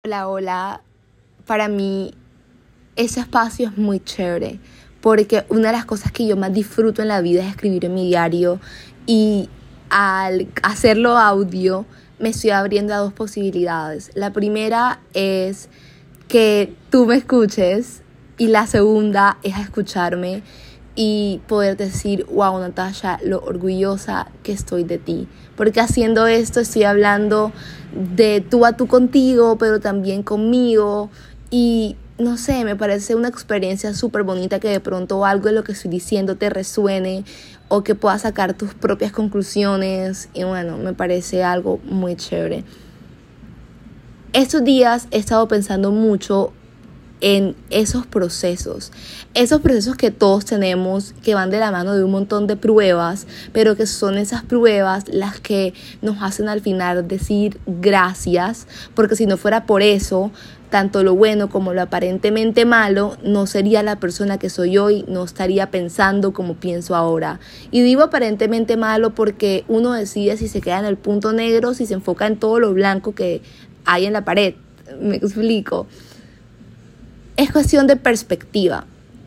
Hola, hola. Para mí ese espacio es muy chévere porque una de las cosas que yo más disfruto en la vida es escribir en mi diario y al hacerlo audio me estoy abriendo a dos posibilidades. La primera es que tú me escuches y la segunda es a escucharme y poder decir, wow, Natasha, lo orgullosa que estoy de ti. Porque haciendo esto estoy hablando de tú a tú contigo, pero también conmigo. Y no sé, me parece una experiencia súper bonita que de pronto algo de lo que estoy diciendo te resuene o que puedas sacar tus propias conclusiones. Y bueno, me parece algo muy chévere. Estos días he estado pensando mucho en esos procesos que todos tenemos, que van de la mano de un montón de pruebas, pero que son esas pruebas las que nos hacen al final decir gracias, porque si no fuera por eso, tanto lo bueno como lo aparentemente malo, no sería la persona que soy hoy, no estaría pensando como pienso ahora. Y digo aparentemente malo porque uno decide si se queda en el punto negro, si se enfoca en todo lo blanco que hay en la pared. Me explico. Es cuestión de perspectiva.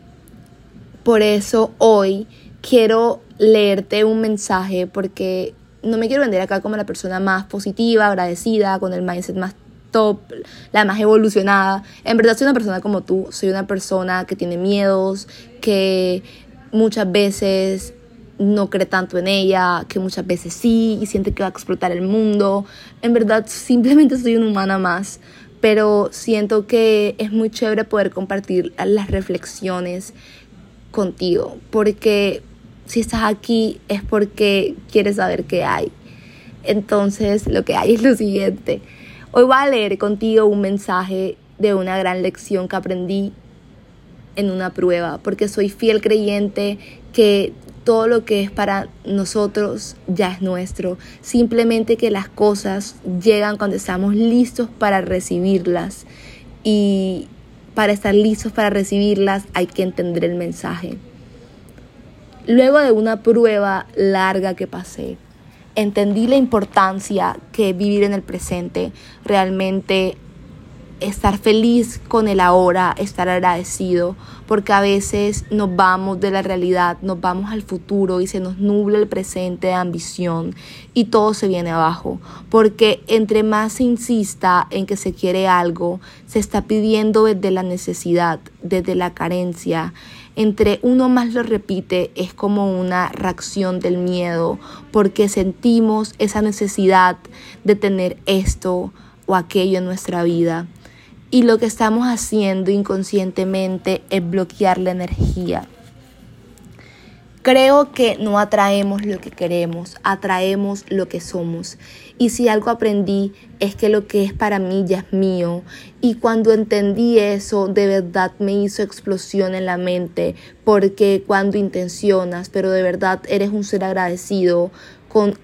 Por eso hoy quiero leerte un mensaje porque no me quiero vender acá como la persona más positiva, agradecida, con el mindset más top, la más evolucionada. En verdad soy una persona como tú, soy una persona que tiene miedos, que muchas veces no cree tanto en ella, que muchas veces sí y siente que va a explotar el mundo. En verdad simplemente soy una humana más. Pero siento que es muy chévere poder compartir las reflexiones contigo, porque si estás aquí es porque quieres saber qué hay. Entonces, lo que hay es lo siguiente. Hoy voy a leer contigo un mensaje de una gran lección que aprendí en una prueba, porque soy fiel creyente que todo lo que es para nosotros ya es nuestro. Simplemente que las cosas llegan cuando estamos listos para recibirlas. Y para estar listos para recibirlas hay que entender el mensaje. Luego de una prueba larga que pasé, entendí la importancia que vivir en el presente, realmente estar feliz con el ahora, estar agradecido, porque a veces nos vamos de la realidad, nos vamos al futuro y se nos nubla el presente de ambición y todo se viene abajo, porque entre más se insista en que se quiere algo, se está pidiendo desde la necesidad, desde la carencia. Entre uno más lo repite, es como una reacción del miedo, porque sentimos esa necesidad de tener esto o aquello en nuestra vida. Y lo que estamos haciendo inconscientemente es bloquear la energía. Creo que no atraemos lo que queremos, atraemos lo que somos. Y si algo aprendí es que lo que es para mí ya es mío. Y cuando entendí eso, de verdad me hizo explosión en la mente. Porque cuando intencionas, pero de verdad eres un ser agradecido, con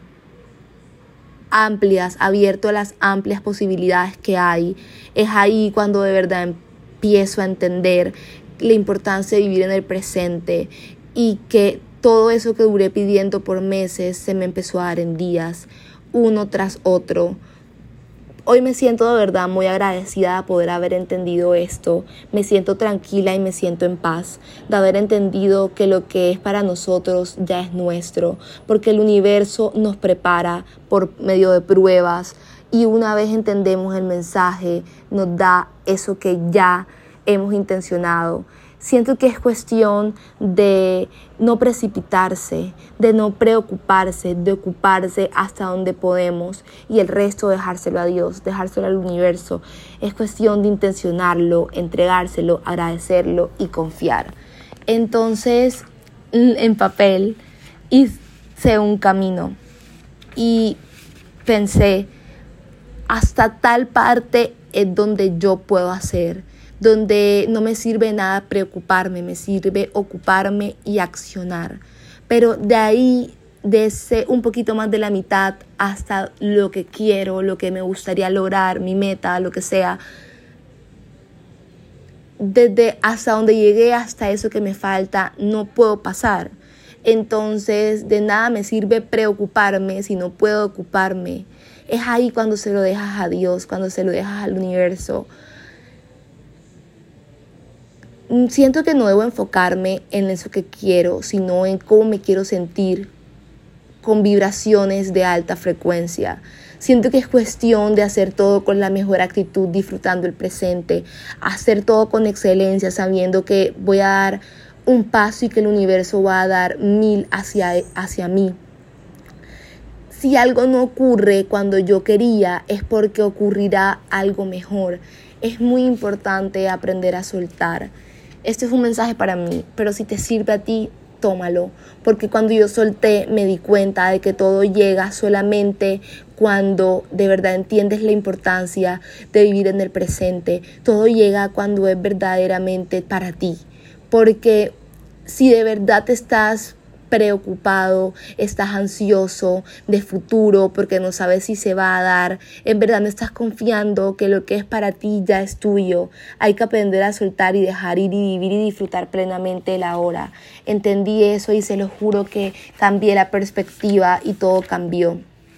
abierto a las amplias posibilidades que hay, es ahí cuando de verdad empiezo a entender la importancia de vivir en el presente y que todo eso que duré pidiendo por meses se me empezó a dar en días, uno tras otro. Hoy me siento de verdad muy agradecida de poder haber entendido esto. Me siento tranquila y me siento en paz de haber entendido que lo que es para nosotros ya es nuestro, porque el universo nos prepara por medio de pruebas y una vez entendemos el mensaje nos da eso que ya hemos intencionado. Siento que es cuestión de no precipitarse, de no preocuparse, de ocuparse hasta donde podemos y el resto dejárselo a Dios, dejárselo al universo. Es cuestión de intencionarlo, entregárselo, agradecerlo y confiar. Entonces, en papel hice un camino y pensé, hasta tal parte es donde yo puedo hacer, donde no me sirve nada preocuparme, me sirve ocuparme y accionar. Pero de ahí, de ese un poquito más de la mitad hasta lo que quiero, lo que me gustaría lograr, mi meta, lo que sea, desde hasta donde llegué, hasta eso que me falta, no puedo pasar. Entonces, de nada me sirve preocuparme si no puedo ocuparme. Es ahí cuando se lo dejas a Dios, cuando se lo dejas al universo. Siento que no debo enfocarme en eso que quiero, sino en cómo me quiero sentir con vibraciones de alta frecuencia. Siento que es cuestión de hacer todo con la mejor actitud, disfrutando el presente, hacer todo con excelencia, sabiendo que voy a dar un paso y que el universo va a dar 1000 hacia mí. Si algo no ocurre cuando yo quería, es porque ocurrirá algo mejor. Es muy importante aprender a soltar. Este es un mensaje para mí, pero si te sirve a ti, tómalo. Porque cuando yo solté, me di cuenta de que todo llega solamente cuando de verdad entiendes la importancia de vivir en el presente. Todo llega cuando es verdaderamente para ti. Porque si de verdad te estás preocupado, estás ansioso de futuro porque no sabes si se va a dar, en verdad no estás confiando que lo que es para ti ya es tuyo. Hay que aprender a soltar y dejar ir y vivir y disfrutar plenamente el ahora. Entendí eso y se lo juro que cambié la perspectiva y todo cambió.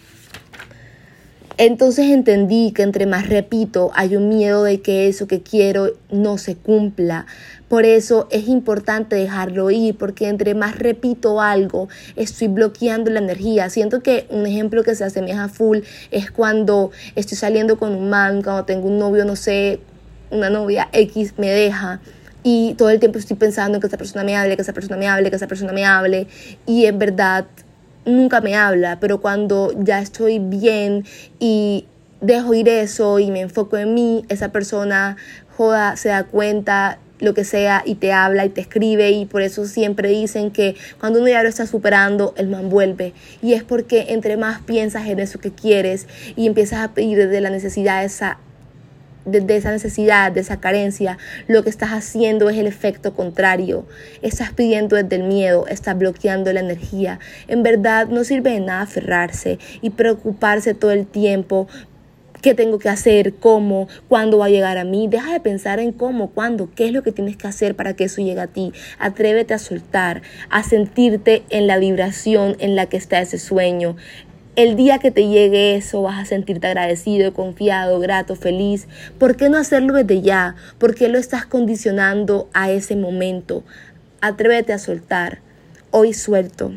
Entonces entendí que entre más repito, hay un miedo de que eso que quiero no se cumpla. Por eso es importante dejarlo ir, porque entre más repito algo, estoy bloqueando la energía. Siento que un ejemplo que se asemeja full es cuando estoy saliendo con un man, cuando tengo un novio, no sé, una novia X me deja. Y todo el tiempo estoy pensando en que esa persona me hable, que esa persona me hable, que esa persona me hable. Y en verdad nunca me habla, pero cuando ya estoy bien y dejo ir eso y me enfoco en mí, esa persona se da cuenta, lo que sea, y te habla y te escribe, y por eso siempre dicen que cuando uno ya lo está superando, el man vuelve. Y es porque entre más piensas en eso que quieres y empiezas a pedir desde la necesidad de esa necesidad, de esa carencia, lo que estás haciendo es el efecto contrario. Estás pidiendo desde el miedo, estás bloqueando la energía. En verdad no sirve de nada aferrarse y preocuparse todo el tiempo. ¿Qué tengo que hacer? ¿Cómo? ¿Cuándo va a llegar a mí? Deja de pensar en cómo, cuándo, qué es lo que tienes que hacer para que eso llegue a ti. Atrévete a soltar, a sentirte en la vibración en la que está ese sueño. El día que te llegue eso vas a sentirte agradecido, confiado, grato, feliz. ¿Por qué no hacerlo desde ya? ¿Por qué lo estás condicionando a ese momento? Atrévete a soltar. Hoy suelto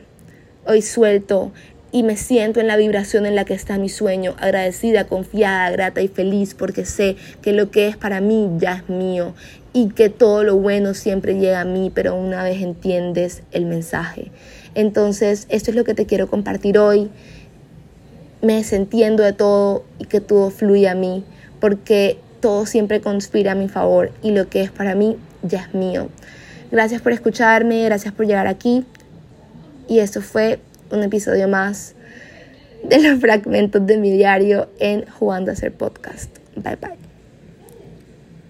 y me siento en la vibración en la que está mi sueño, agradecida, confiada, grata y feliz porque sé que lo que es para mí ya es mío y que todo lo bueno siempre llega a mí, pero una vez entiendes el mensaje. Entonces, esto es lo que te quiero compartir hoy. Me desentiendo de todo y que todo fluya a mí, porque todo siempre conspira a mi favor y lo que es para mí ya es mío. Gracias por escucharme, gracias por llegar aquí, y esto fue un episodio más de los fragmentos de mi diario en Jugando a Ser Podcast. Bye bye.